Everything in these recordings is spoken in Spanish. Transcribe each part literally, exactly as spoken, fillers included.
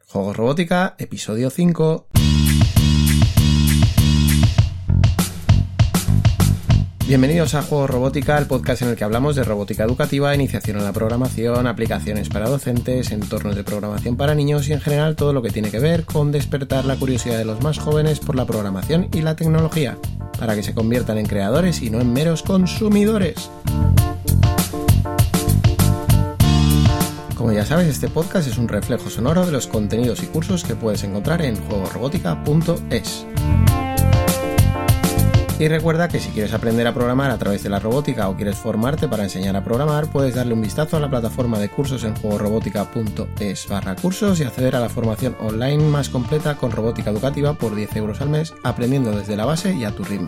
Juegos Robótica, episodio cinco. Bienvenidos a Juegos Robótica, el podcast en el que hablamos de robótica educativa, iniciación en la programación, aplicaciones para docentes, entornos de programación para niños y en general todo lo que tiene que ver con despertar la curiosidad de los más jóvenes por la programación y la tecnología, para que se conviertan en creadores y no en meros consumidores. Como ya sabes, este podcast es un reflejo sonoro de los contenidos y cursos que puedes encontrar en juegos robótica punto es. Y recuerda que si quieres aprender a programar a través de la robótica o quieres formarte para enseñar a programar, puedes darle un vistazo a la plataforma de cursos en juegos robótica punto es barra cursos y acceder a la formación online más completa con robótica educativa por diez euros al mes, aprendiendo desde la base y a tu ritmo.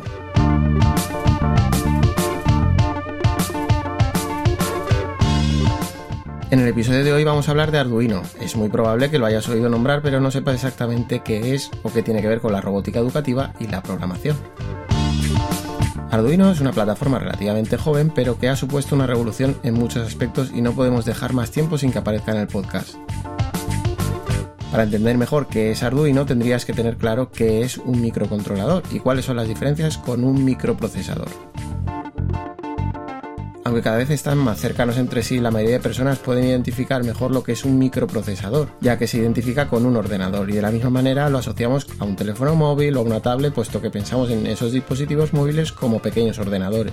En el episodio de hoy vamos a hablar de Arduino. Es muy probable que lo hayas oído nombrar, pero no sepas exactamente qué es o qué tiene que ver con la robótica educativa y la programación. Arduino es una plataforma relativamente joven, pero que ha supuesto una revolución en muchos aspectos y no podemos dejar más tiempo sin que aparezca en el podcast. Para entender mejor qué es Arduino, tendrías que tener claro qué es un microcontrolador y cuáles son las diferencias con un microprocesador. Aunque cada vez están más cercanos entre sí, la mayoría de personas pueden identificar mejor lo que es un microprocesador, ya que se identifica con un ordenador y de la misma manera lo asociamos a un teléfono móvil o a una tablet, puesto que pensamos en esos dispositivos móviles como pequeños ordenadores.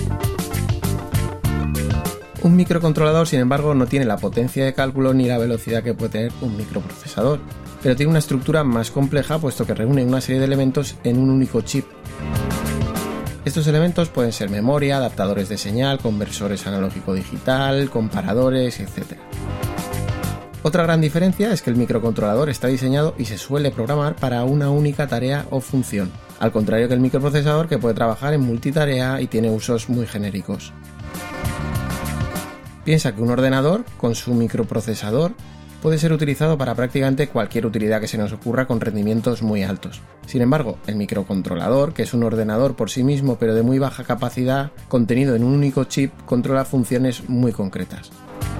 Un microcontrolador, sin embargo, no tiene la potencia de cálculo ni la velocidad que puede tener un microprocesador, pero tiene una estructura más compleja, puesto que reúne una serie de elementos en un único chip. Estos elementos pueden ser memoria, adaptadores de señal, conversores analógico-digital, comparadores, etcétera. Otra gran diferencia es que el microcontrolador está diseñado y se suele programar para una única tarea o función, al contrario que el microprocesador, que puede trabajar en multitarea y tiene usos muy genéricos. Piensa que un ordenador, con su microprocesador, puede ser utilizado para prácticamente cualquier utilidad que se nos ocurra con rendimientos muy altos. Sin embargo, el microcontrolador, que es un ordenador por sí mismo pero de muy baja capacidad, contenido en un único chip, controla funciones muy concretas.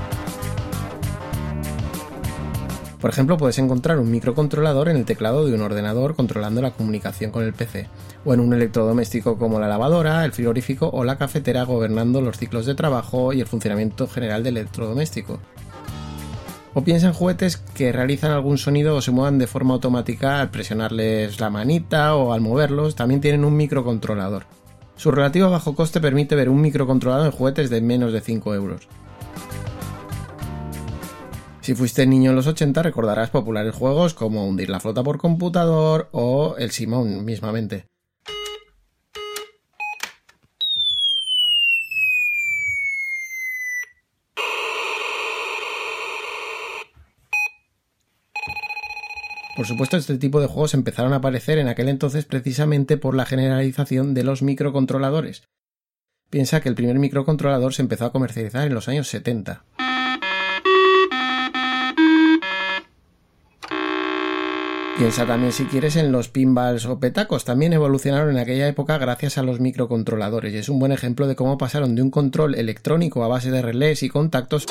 Por ejemplo, puedes encontrar un microcontrolador en el teclado de un ordenador controlando la comunicación con el P C, o en un electrodoméstico como la lavadora, el frigorífico o la cafetera gobernando los ciclos de trabajo y el funcionamiento general del electrodoméstico. O piensa en juguetes que realizan algún sonido o se muevan de forma automática al presionarles la manita o al moverlos, también tienen un microcontrolador. Su relativo bajo coste permite ver un microcontrolador en juguetes de menos de cinco euros. Si fuiste niño en los ochenta recordarás populares juegos como hundir la flota por computador o el Simón mismamente. Por supuesto, este tipo de juegos empezaron a aparecer en aquel entonces precisamente por la generalización de los microcontroladores. Piensa que el primer microcontrolador se empezó a comercializar en los años setenta. Piensa también, si quieres, en los pinballs o petacos. También evolucionaron en aquella época gracias a los microcontroladores y es un buen ejemplo de cómo pasaron de un control electrónico a base de relés y contactos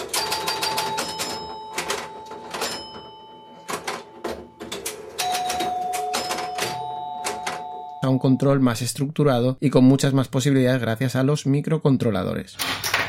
a un control más estructurado y con muchas más posibilidades gracias a los microcontroladores.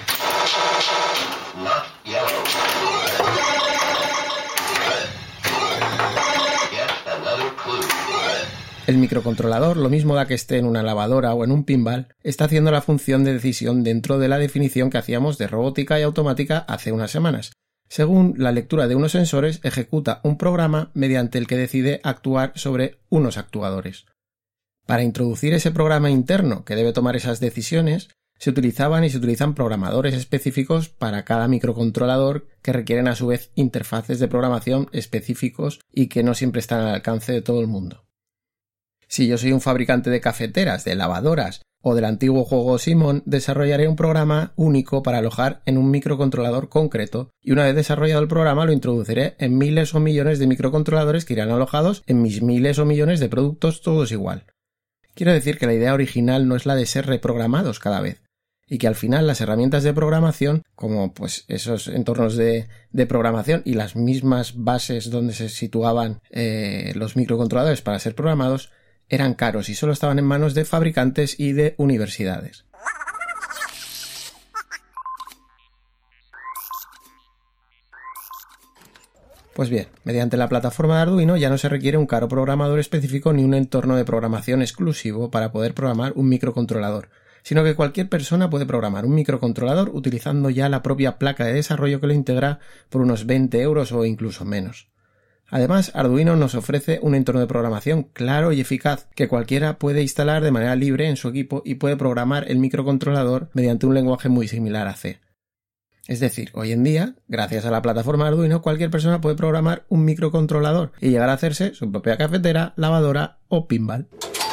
El microcontrolador, lo mismo da que esté en una lavadora o en un pinball, está haciendo la función de decisión dentro de la definición que hacíamos de robótica y automática hace unas semanas. Según la lectura de unos sensores, ejecuta un programa mediante el que decide actuar sobre unos actuadores. Para introducir ese programa interno que debe tomar esas decisiones, se utilizaban y se utilizan programadores específicos para cada microcontrolador que requieren a su vez interfaces de programación específicos y que no siempre están al alcance de todo el mundo. Si yo soy un fabricante de cafeteras, de lavadoras o del antiguo juego Simón, desarrollaré un programa único para alojar en un microcontrolador concreto y una vez desarrollado el programa lo introduciré en miles o millones de microcontroladores que irán alojados en mis miles o millones de productos todos igual. Quiero decir que la idea original no es la de ser reprogramados cada vez. y que al final las herramientas de programación, como pues esos entornos de, de programación y las mismas bases donde se situaban eh, los microcontroladores para ser programados, eran caros y solo estaban en manos de fabricantes y de universidades. Pues bien, mediante la plataforma de Arduino ya no se requiere un caro programador específico ni un entorno de programación exclusivo para poder programar un microcontrolador, sino que cualquier persona puede programar un microcontrolador utilizando ya la propia placa de desarrollo que lo integra por unos veinte euros o incluso menos. Además, Arduino nos ofrece un entorno de programación claro y eficaz que cualquiera puede instalar de manera libre en su equipo y puede programar el microcontrolador mediante un lenguaje muy similar a C. Es decir, hoy en día, gracias a la plataforma Arduino, cualquier persona puede programar un microcontrolador y llegar a hacerse su propia cafetera, lavadora o pinball.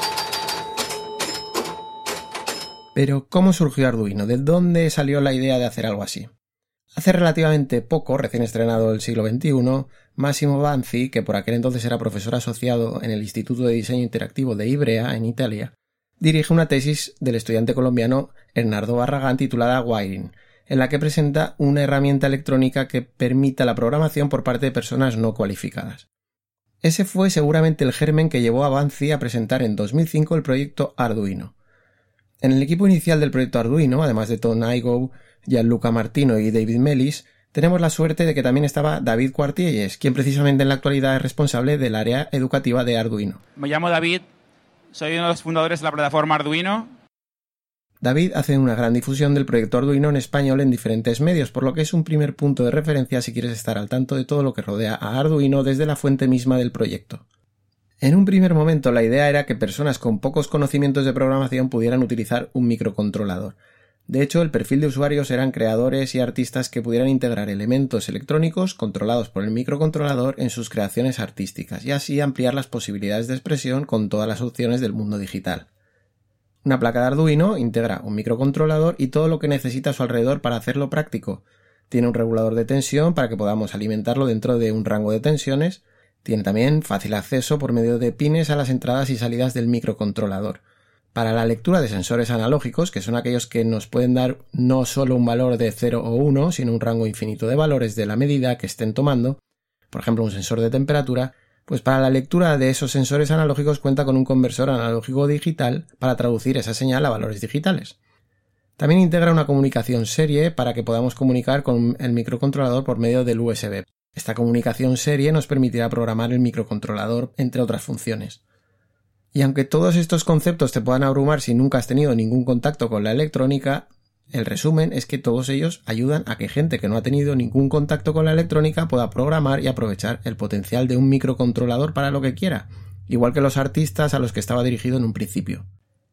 Pero, ¿cómo surgió Arduino? ¿De dónde salió la idea de hacer algo así? Hace relativamente poco, recién estrenado el siglo veintiuno, Massimo Banzi, que por aquel entonces era profesor asociado en el Instituto de Diseño Interactivo de Ivrea, en Italia, dirige una tesis del estudiante colombiano Hernando Barragán titulada Wiring, en la que presenta una herramienta electrónica que permita la programación por parte de personas no cualificadas. Ese fue seguramente el germen que llevó a Banzi a presentar en dos mil cinco el proyecto Arduino. En el equipo inicial del proyecto Arduino, además de Tom Igoe, Gianluca Martino y David Mellis, tenemos la suerte de que también estaba David Cuartielles, quien precisamente en la actualidad es responsable del área educativa de Arduino. Me llamo David, soy uno de los fundadores de la plataforma Arduino. David hace una gran difusión del proyecto Arduino en español en diferentes medios, por lo que es un primer punto de referencia si quieres estar al tanto de todo lo que rodea a Arduino desde la fuente misma del proyecto. En un primer momento la idea era que personas con pocos conocimientos de programación pudieran utilizar un microcontrolador. De hecho, el perfil de usuarios eran creadores y artistas que pudieran integrar elementos electrónicos controlados por el microcontrolador en sus creaciones artísticas y así ampliar las posibilidades de expresión con todas las opciones del mundo digital. Una placa de Arduino integra un microcontrolador y todo lo que necesita a su alrededor para hacerlo práctico. Tiene un regulador de tensión para que podamos alimentarlo dentro de un rango de tensiones. Tiene también fácil acceso por medio de pines a las entradas y salidas del microcontrolador. Para la lectura de sensores analógicos, que son aquellos que nos pueden dar no solo un valor de cero o uno, sino un rango infinito de valores de la medida que estén tomando, por ejemplo un sensor de temperatura, pues para la lectura de esos sensores analógicos cuenta con un conversor analógico digital para traducir esa señal a valores digitales. También integra una comunicación serie para que podamos comunicar con el microcontrolador por medio del U S B. Esta comunicación serie nos permitirá programar el microcontrolador, entre otras funciones. Y aunque todos estos conceptos te puedan abrumar si nunca has tenido ningún contacto con la electrónica, el resumen es que todos ellos ayudan a que gente que no ha tenido ningún contacto con la electrónica pueda programar y aprovechar el potencial de un microcontrolador para lo que quiera, igual que los artistas a los que estaba dirigido en un principio.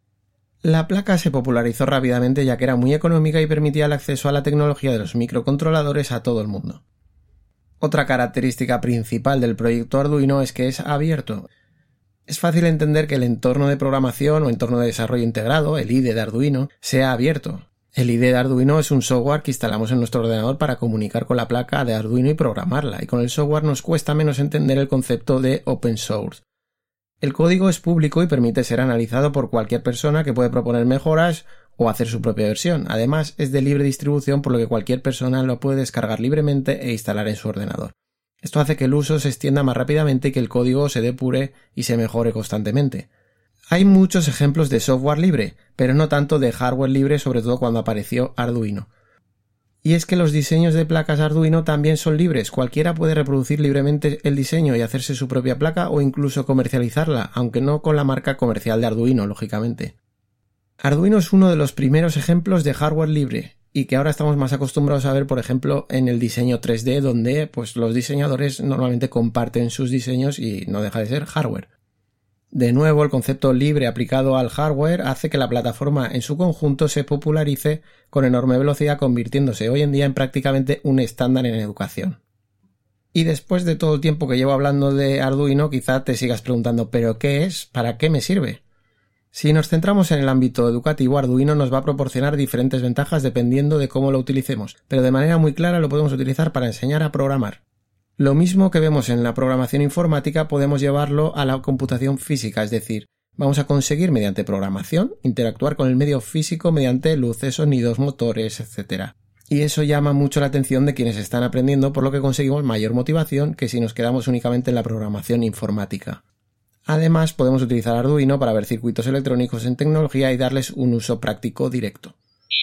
La placa se popularizó rápidamente ya que era muy económica y permitía el acceso a la tecnología de los microcontroladores a todo el mundo. Otra característica principal del proyecto Arduino es que es abierto. Es fácil entender que el entorno de programación o entorno de desarrollo integrado, el I D E de Arduino, sea abierto. El I D E de Arduino es un software que instalamos en nuestro ordenador para comunicar con la placa de Arduino y programarla, y con el software nos cuesta menos entender el concepto de open source. El código es público y permite ser analizado por cualquier persona que puede proponer mejoras o hacer su propia versión. Además, es de libre distribución, por lo que cualquier persona lo puede descargar libremente e instalar en su ordenador. Esto hace que el uso se extienda más rápidamente y que el código se depure y se mejore constantemente. Hay muchos ejemplos de software libre, pero no tanto de hardware libre, sobre todo cuando apareció Arduino. Y es que los diseños de placas Arduino también son libres. Cualquiera puede reproducir libremente el diseño y hacerse su propia placa o incluso comercializarla, aunque no con la marca comercial de Arduino, lógicamente. Arduino es uno de los primeros ejemplos de hardware libre y que ahora estamos más acostumbrados a ver, por ejemplo, en el diseño tres D, donde pues, los diseñadores normalmente comparten sus diseños y no deja de ser hardware. De nuevo, el concepto libre aplicado al hardware hace que la plataforma en su conjunto se popularice con enorme velocidad, convirtiéndose hoy en día en prácticamente un estándar en educación. Y después de todo el tiempo que llevo hablando de Arduino, quizá te sigas preguntando ¿pero qué es? ¿Para qué me sirve? Si nos centramos en el ámbito educativo, Arduino nos va a proporcionar diferentes ventajas dependiendo de cómo lo utilicemos, pero de manera muy clara lo podemos utilizar para enseñar a programar. Lo mismo que vemos en la programación informática podemos llevarlo a la computación física, es decir, vamos a conseguir mediante programación interactuar con el medio físico mediante luces, sonidos, motores, etcétera. Y eso llama mucho la atención de quienes están aprendiendo, por lo que conseguimos mayor motivación que si nos quedamos únicamente en la programación informática. Además, podemos utilizar Arduino para ver circuitos electrónicos en tecnología y darles un uso práctico directo.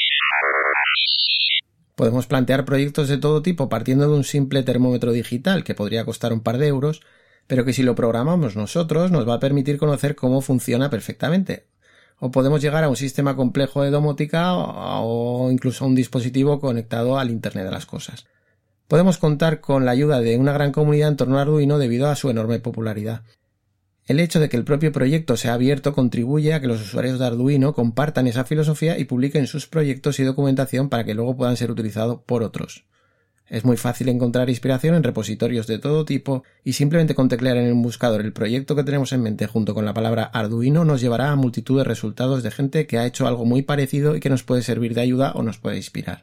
Podemos plantear proyectos de todo tipo partiendo de un simple termómetro digital que podría costar un par de euros, pero que si lo programamos nosotros nos va a permitir conocer cómo funciona perfectamente. O podemos llegar a un sistema complejo de domótica o incluso a un dispositivo conectado al Internet de las cosas. Podemos contar con la ayuda de una gran comunidad en torno a Arduino debido a su enorme popularidad. El hecho de que el propio proyecto sea abierto contribuye a que los usuarios de Arduino compartan esa filosofía y publiquen sus proyectos y documentación para que luego puedan ser utilizados por otros. Es muy fácil encontrar inspiración en repositorios de todo tipo y simplemente con teclear en un buscador el proyecto que tenemos en mente junto con la palabra Arduino nos llevará a multitud de resultados de gente que ha hecho algo muy parecido y que nos puede servir de ayuda o nos puede inspirar.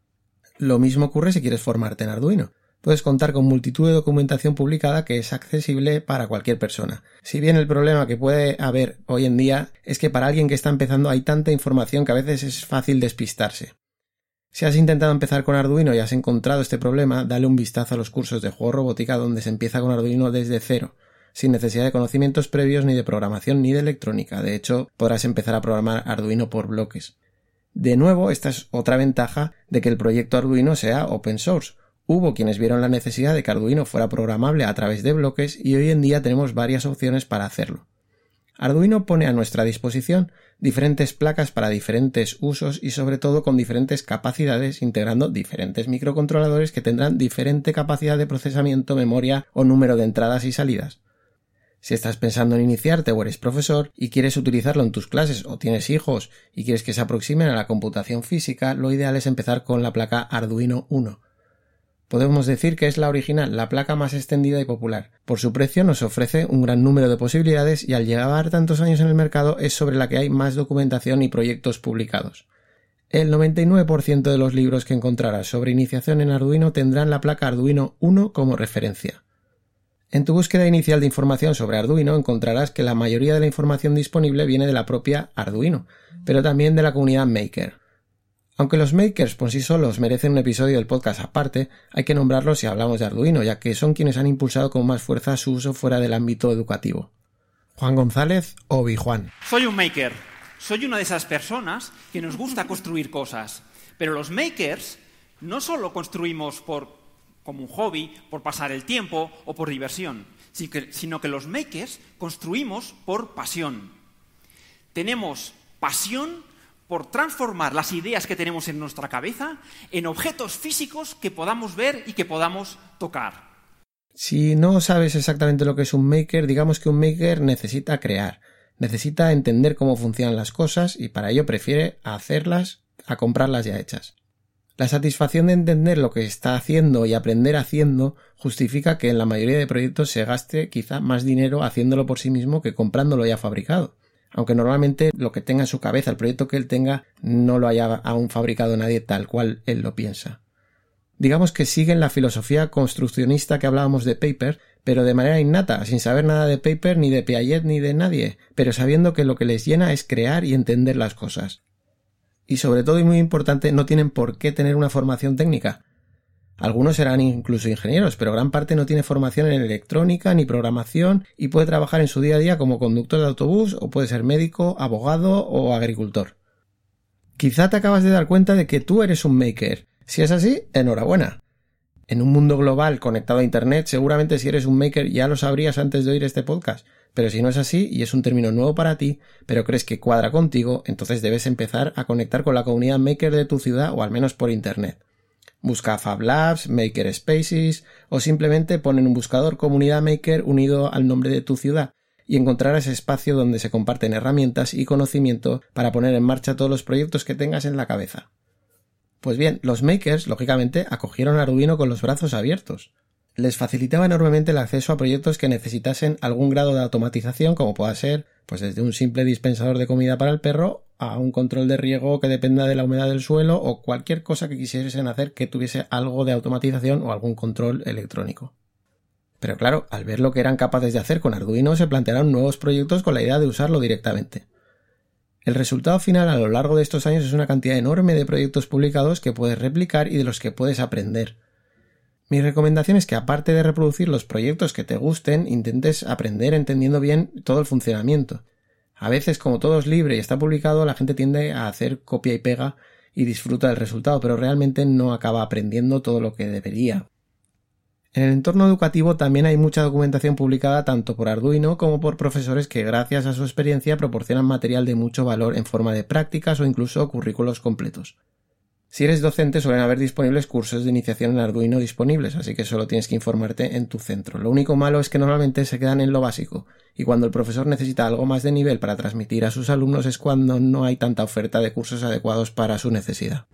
Lo mismo ocurre si quieres formarte en Arduino. Puedes contar con multitud de documentación publicada que es accesible para cualquier persona. Si bien el problema que puede haber hoy en día es que para alguien que está empezando hay tanta información que a veces es fácil despistarse. Si has intentado empezar con Arduino y has encontrado este problema, dale un vistazo a los cursos de juego robótica donde se empieza con Arduino desde cero, sin necesidad de conocimientos previos ni de programación ni de electrónica. De hecho, podrás empezar a programar Arduino por bloques. De nuevo, esta es otra ventaja de que el proyecto Arduino sea open source. Hubo quienes vieron la necesidad de que Arduino fuera programable a través de bloques y hoy en día tenemos varias opciones para hacerlo. Arduino pone a nuestra disposición diferentes placas para diferentes usos y sobre todo con diferentes capacidades, integrando diferentes microcontroladores que tendrán diferente capacidad de procesamiento, memoria o número de entradas y salidas. Si estás pensando en iniciarte o eres profesor y quieres utilizarlo en tus clases o tienes hijos y quieres que se aproximen a la computación física, lo ideal es empezar con la placa Arduino uno. Podemos decir que es la original, la placa más extendida y popular. Por su precio nos ofrece un gran número de posibilidades y al llevar tantos años en el mercado es sobre la que hay más documentación y proyectos publicados. El noventa y nueve por ciento de los libros que encontrarás sobre iniciación en Arduino tendrán la placa Arduino uno como referencia. En tu búsqueda inicial de información sobre Arduino encontrarás que la mayoría de la información disponible viene de la propia Arduino, pero también de la comunidad Maker. Aunque los makers por sí solos merecen un episodio del podcast aparte, hay que nombrarlos si hablamos de Arduino, ya que son quienes han impulsado con más fuerza su uso fuera del ámbito educativo. Juan González, Obi Juan. Soy un maker. Soy una de esas personas que nos gusta construir cosas. Pero los makers no solo construimos por, como un hobby, por pasar el tiempo o por diversión, sino que los makers construimos por pasión. Tenemos pasión por transformar las ideas que tenemos en nuestra cabeza en objetos físicos que podamos ver y que podamos tocar. Si no sabes exactamente lo que es un maker, digamos que un maker necesita crear, necesita entender cómo funcionan las cosas y para ello prefiere hacerlas a comprarlas ya hechas. La satisfacción de entender lo que está haciendo y aprender haciendo justifica que en la mayoría de proyectos se gaste quizá más dinero haciéndolo por sí mismo que comprándolo ya fabricado. Aunque normalmente lo que tenga en su cabeza, el proyecto que él tenga, no lo haya aún fabricado nadie tal cual él lo piensa. Digamos que siguen la filosofía construccionista que hablábamos de Paper, pero de manera innata, sin saber nada de Paper, ni de Piaget, ni de nadie, pero sabiendo que lo que les llena es crear y entender las cosas. Y sobre todo, y muy importante, no tienen por qué tener una formación técnica. Algunos serán incluso ingenieros, pero gran parte no tiene formación en electrónica ni programación y puede trabajar en su día a día como conductor de autobús o puede ser médico, abogado o agricultor. Quizá te acabas de dar cuenta de que tú eres un maker. Si es así, enhorabuena. En un mundo global conectado a Internet, seguramente si eres un maker ya lo sabrías antes de oír este podcast. Pero si no es así y es un término nuevo para ti, pero crees que cuadra contigo, entonces debes empezar a conectar con la comunidad maker de tu ciudad o al menos por Internet. Busca Fab Labs, Maker Spaces o simplemente pon en un buscador Comunidad Maker unido al nombre de tu ciudad y encontrarás espacio donde se comparten herramientas y conocimiento para poner en marcha todos los proyectos que tengas en la cabeza. Pues bien, los makers, lógicamente, acogieron a Arduino con los brazos abiertos. Les facilitaba enormemente el acceso a proyectos que necesitasen algún grado de automatización, como pueda ser, pues desde un simple dispensador de comida para el perro a un control de riego que dependa de la humedad del suelo o cualquier cosa que quisiesen hacer que tuviese algo de automatización o algún control electrónico. Pero claro, al ver lo que eran capaces de hacer con Arduino, se plantearon nuevos proyectos con la idea de usarlo directamente. El resultado final a lo largo de estos años es una cantidad enorme de proyectos publicados que puedes replicar y de los que puedes aprender. Mi recomendación es que, aparte de reproducir los proyectos que te gusten, intentes aprender entendiendo bien todo el funcionamiento. A veces, como todo es libre y está publicado, la gente tiende a hacer copia y pega y disfruta del resultado, pero realmente no acaba aprendiendo todo lo que debería. En el entorno educativo también hay mucha documentación publicada tanto por Arduino como por profesores que, gracias a su experiencia, proporcionan material de mucho valor en forma de prácticas o incluso currículos completos. Si eres docente, suelen haber disponibles cursos de iniciación en Arduino disponibles, así que solo tienes que informarte en tu centro. Lo único malo es que normalmente se quedan en lo básico, y cuando el profesor necesita algo más de nivel para transmitir a sus alumnos es cuando no hay tanta oferta de cursos adecuados para su necesidad.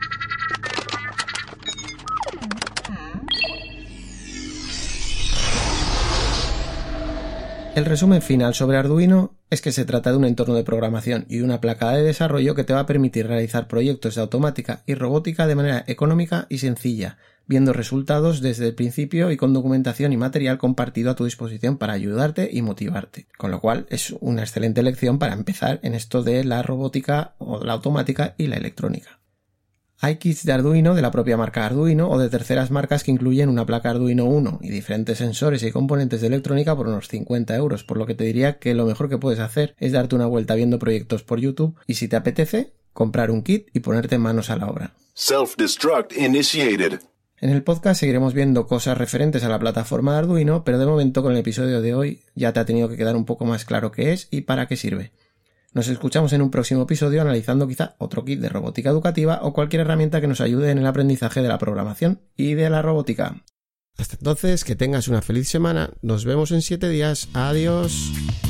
El resumen final sobre Arduino es que se trata de un entorno de programación y de una placa de desarrollo que te va a permitir realizar proyectos de automática y robótica de manera económica y sencilla, viendo resultados desde el principio y con documentación y material compartido a tu disposición para ayudarte y motivarte. Con lo cual es una excelente lección para empezar en esto de la robótica o la automática y la electrónica. Hay kits de Arduino de la propia marca Arduino o de terceras marcas que incluyen una placa Arduino uno y diferentes sensores y componentes de electrónica por unos cincuenta euros, por lo que te diría que lo mejor que puedes hacer es darte una vuelta viendo proyectos por YouTube y, si te apetece, comprar un kit y ponerte manos a la obra. Self-destruct initiated. En el podcast seguiremos viendo cosas referentes a la plataforma de Arduino, pero de momento con el episodio de hoy ya te ha tenido que quedar un poco más claro qué es y para qué sirve. Nos escuchamos en un próximo episodio analizando quizá otro kit de robótica educativa o cualquier herramienta que nos ayude en el aprendizaje de la programación y de la robótica. Hasta entonces, que tengas una feliz semana. Nos vemos en siete días. Adiós.